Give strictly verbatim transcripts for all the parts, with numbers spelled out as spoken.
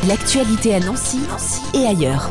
L'actualité à Nancy, Nancy et ailleurs.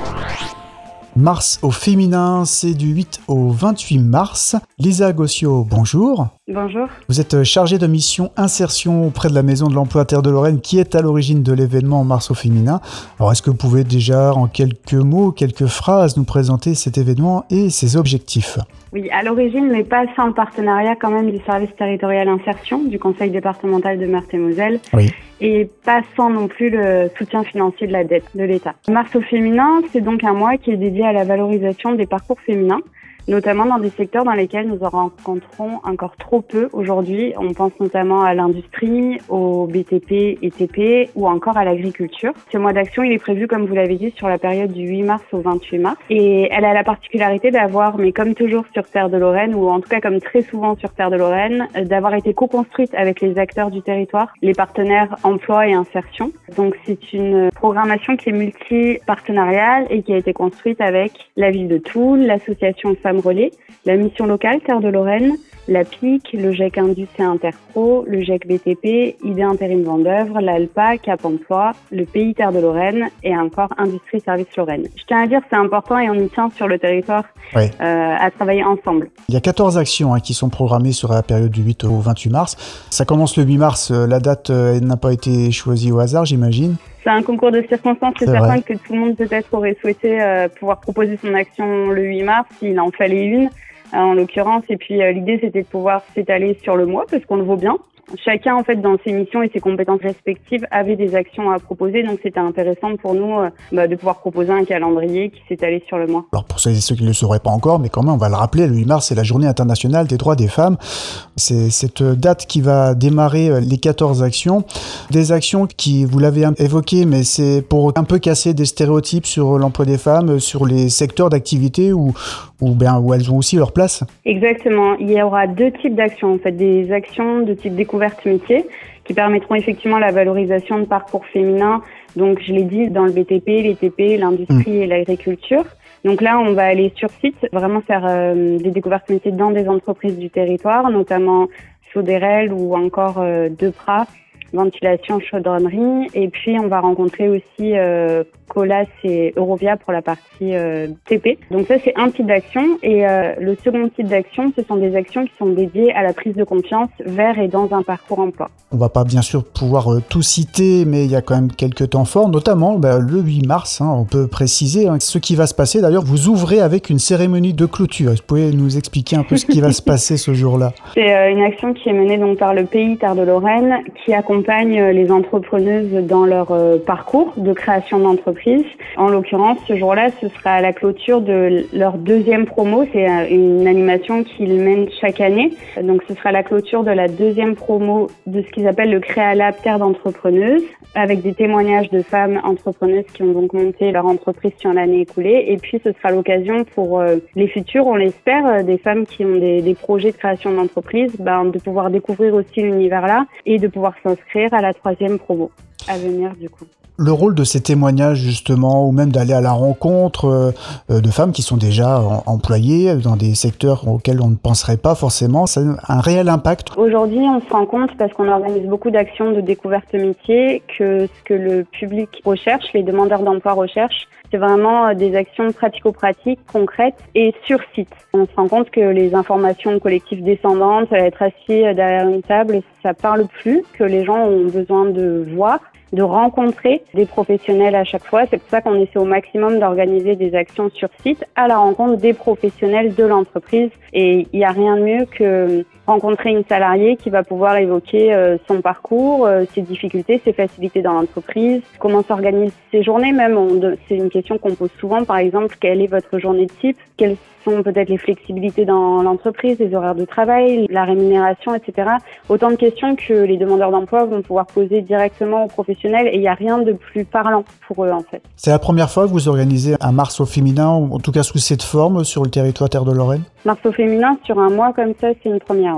Mars au féminin, c'est du huit au vingt-huit mars. Lisa Gossiot, bonjour. Bonjour. Vous êtes chargée de mission insertion auprès de la Maison de l'Emploi Terre de Lorraine qui est à l'origine de l'événement Mars au féminin. Alors est-ce que vous pouvez déjà en quelques mots, quelques phrases nous présenter cet événement et ses objectifs ? Oui, à l'origine, mais pas sans le partenariat quand même du service territorial insertion du Conseil départemental de Meurthe-et-Moselle. Oui. Et pas sans non plus le soutien financier de la dette de l'État. Mars au féminin, c'est donc un mois qui est dédié à la valorisation des parcours féminins, notamment dans des secteurs dans lesquels nous en rencontrons encore trop peu aujourd'hui. On pense notamment à l'industrie, au B T P et T P ou encore à l'agriculture. Ce mois d'action, il est prévu, comme vous l'avez dit, sur la période du huit mars au vingt-huit mars. Et elle a la particularité d'avoir, mais comme toujours sur Terre de Lorraine, ou en tout cas comme très souvent sur Terre de Lorraine, d'avoir été co-construite avec les acteurs du territoire, les partenaires emploi et insertion. Donc c'est une programmation qui est multi-partenariale et qui a été construite avec la ville de Toul, l'association Femmes Relais, la mission locale Terre de Lorraine, la P I C, le G E C Indus et Interpro, le G E C B T P, I D E Intérim Vendeuvre, l'ALPA, Cap Emploi, le P I Terre de Lorraine et encore Industrie Service Lorraine. Je tiens à dire, c'est important et on y tient sur le territoire oui. euh, à travailler ensemble. Il y a quatorze actions hein, qui sont programmées sur la période du huit au vingt-huit mars. Ça commence le huit mars, la date euh, n'a pas été choisie au hasard, j'imagine. C'est un concours de circonstances, c'est, c'est certain vrai. que tout le monde peut-être aurait souhaité euh, pouvoir proposer son action le huit mars, s'il en fallait une, euh, en l'occurrence. Et puis euh, l'idée, c'était de pouvoir s'étaler sur le mois, parce qu'on le vaut bien. Chacun, en fait, dans ses missions et ses compétences respectives, avait des actions à proposer. Donc, c'était intéressant pour nous euh, bah, de pouvoir proposer un calendrier qui s'étalait sur le mois. Alors, pour ceux et ceux qui ne le sauraient pas encore, mais quand même, on va le rappeler, le huit mars, c'est la journée internationale des droits des femmes. C'est cette date qui va démarrer les quatorze actions. Des actions qui, vous l'avez évoqué, mais c'est pour un peu casser des stéréotypes sur l'emploi des femmes, sur les secteurs d'activité où, où, ben, où elles ont aussi leur place. Exactement. Il y aura deux types d'actions, en fait, des actions de type découverte métier qui permettront effectivement la valorisation de parcours féminins. Donc, je l'ai dit, dans le B T P, les T P, l'industrie mmh. et l'agriculture. Donc là, on va aller sur site, vraiment faire euh, des découvertes métiers dans des entreprises du territoire, notamment Soderel ou encore euh, Depra, ventilation, chaudronnerie. Et puis, on va rencontrer aussi euh, Colas et Eurovia pour la partie euh, T P. Donc ça, c'est un type d'action. Et euh, le second type d'action, ce sont des actions qui sont dédiées à la prise de confiance vers et dans un parcours emploi. On va pas bien sûr pouvoir euh, tout citer, mais il y a quand même quelques temps forts, notamment bah, le huit mars. Hein, on peut préciser hein, ce qui va se passer. D'ailleurs, vous ouvrez avec une cérémonie de clôture. Vous pouvez nous expliquer un peu ce qui va se passer ce jour-là? C'est euh, une action qui est menée donc par le P I Terre de Lorraine, qui accompagne les entrepreneuses dans leur euh, parcours de création d'entreprise. En l'occurrence, ce jour-là, ce sera à la clôture de leur deuxième promo. C'est une animation qu'ils mènent chaque année. Donc, ce sera la clôture de la deuxième promo de ce qu'ils appellent le Créalab Terre d'entrepreneuses, avec des témoignages de femmes entrepreneuses qui ont donc monté leur entreprise sur l'année écoulée. Et puis, ce sera l'occasion pour euh, les futurs, on l'espère, des femmes qui ont des, des projets de création d'entreprise, ben, de pouvoir découvrir aussi l'univers-là et de pouvoir s'inscrire à la troisième promo à venir du coup. Le rôle de ces témoignages justement, ou même d'aller à la rencontre euh, de femmes qui sont déjà en, employées dans des secteurs auxquels on ne penserait pas forcément, ça a un réel impact. Aujourd'hui, on se rend compte, parce qu'on organise beaucoup d'actions de découverte métier, que ce que le public recherche, les demandeurs d'emploi recherchent, c'est vraiment des actions pratico-pratiques, concrètes et sur site. On se rend compte que les informations collectives descendantes, être assis derrière une table, ça parle plus, que les gens ont besoin de voir, de rencontrer des professionnels à chaque fois. C'est pour ça qu'on essaie au maximum d'organiser des actions sur site à la rencontre des professionnels de l'entreprise. Et il n'y a rien de mieux que rencontrer une salariée qui va pouvoir évoquer euh, son parcours, euh, ses difficultés, ses facilités dans l'entreprise, comment s'organisent ses journées même. On, c'est une question qu'on pose souvent, par exemple, quelle est votre journée de type? Quelles sont peut-être les flexibilités dans l'entreprise, les horaires de travail, la rémunération, et cetera. Autant de questions que les demandeurs d'emploi vont pouvoir poser directement aux professionnels et il n'y a rien de plus parlant pour eux en fait. C'est la première fois que vous organisez un Mars au féminin, en tout cas sous cette forme, sur le territoire Terre de Lorraine? Mars au féminin, sur un mois comme ça, c'est une première, ouais.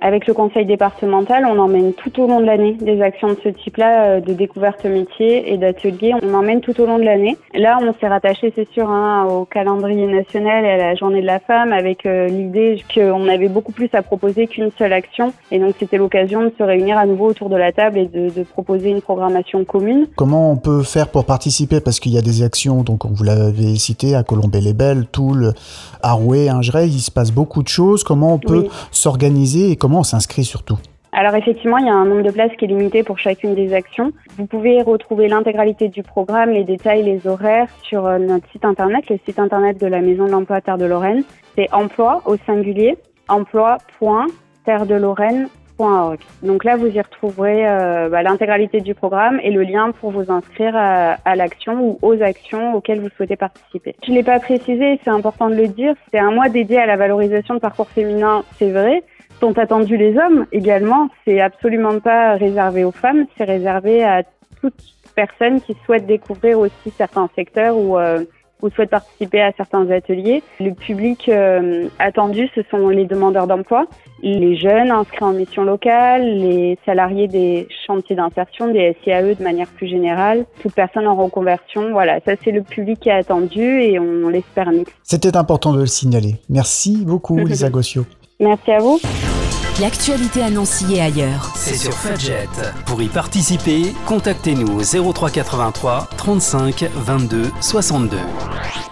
Avec le conseil départemental, on emmène tout au long de l'année des actions de ce type-là, de découverte métier et d'ateliers. On emmène tout au long de l'année. Là, on s'est rattaché, c'est sûr, hein, au calendrier national et à la journée de la femme avec euh, l'idée qu'on avait beaucoup plus à proposer qu'une seule action. Et donc, c'était l'occasion de se réunir à nouveau autour de la table et de, de proposer une programmation commune. Comment on peut faire pour participer? Parce qu'il y a des actions, donc vous l'avez cité, à Colombey-les-Belles, Toul, Arouet, Ingeray, il se passe beaucoup de choses. Comment on peut oui. s'organiser et comment on s'inscrit surtout? Alors effectivement, il y a un nombre de places qui est limité pour chacune des actions. Vous pouvez retrouver l'intégralité du programme, les détails, les horaires sur notre site internet, le site internet de la Maison de l'Emploi Terre de Lorraine. C'est emploi au singulier, emploi point terre de lorraine point org. Donc là, vous y retrouverez euh, bah, l'intégralité du programme et le lien pour vous inscrire à, à l'action ou aux actions auxquelles vous souhaitez participer. Je ne l'ai pas précisé, c'est important de le dire, c'est un mois dédié à la valorisation de parcours féminins, c'est vrai. Sont attendus les hommes également, c'est absolument pas réservé aux femmes, c'est réservé à toute personne qui souhaite découvrir aussi certains secteurs ou, euh, ou souhaite participer à certains ateliers. Le public euh, attendu, ce sont les demandeurs d'emploi, les jeunes inscrits en mission locale, les salariés des chantiers d'insertion, des S I A E de manière plus générale, toute personne en reconversion. Voilà, ça c'est le public qui est attendu et on l'espère mixte. C'était important de le signaler. Merci beaucoup Lisa Gossiot. Merci à vous. L'actualité à Nancy et ailleurs. C'est sur Fudget. Pour y participer, contactez-nous au zéro trois quatre-vingt-trois trente-cinq vingt-deux soixante-deux.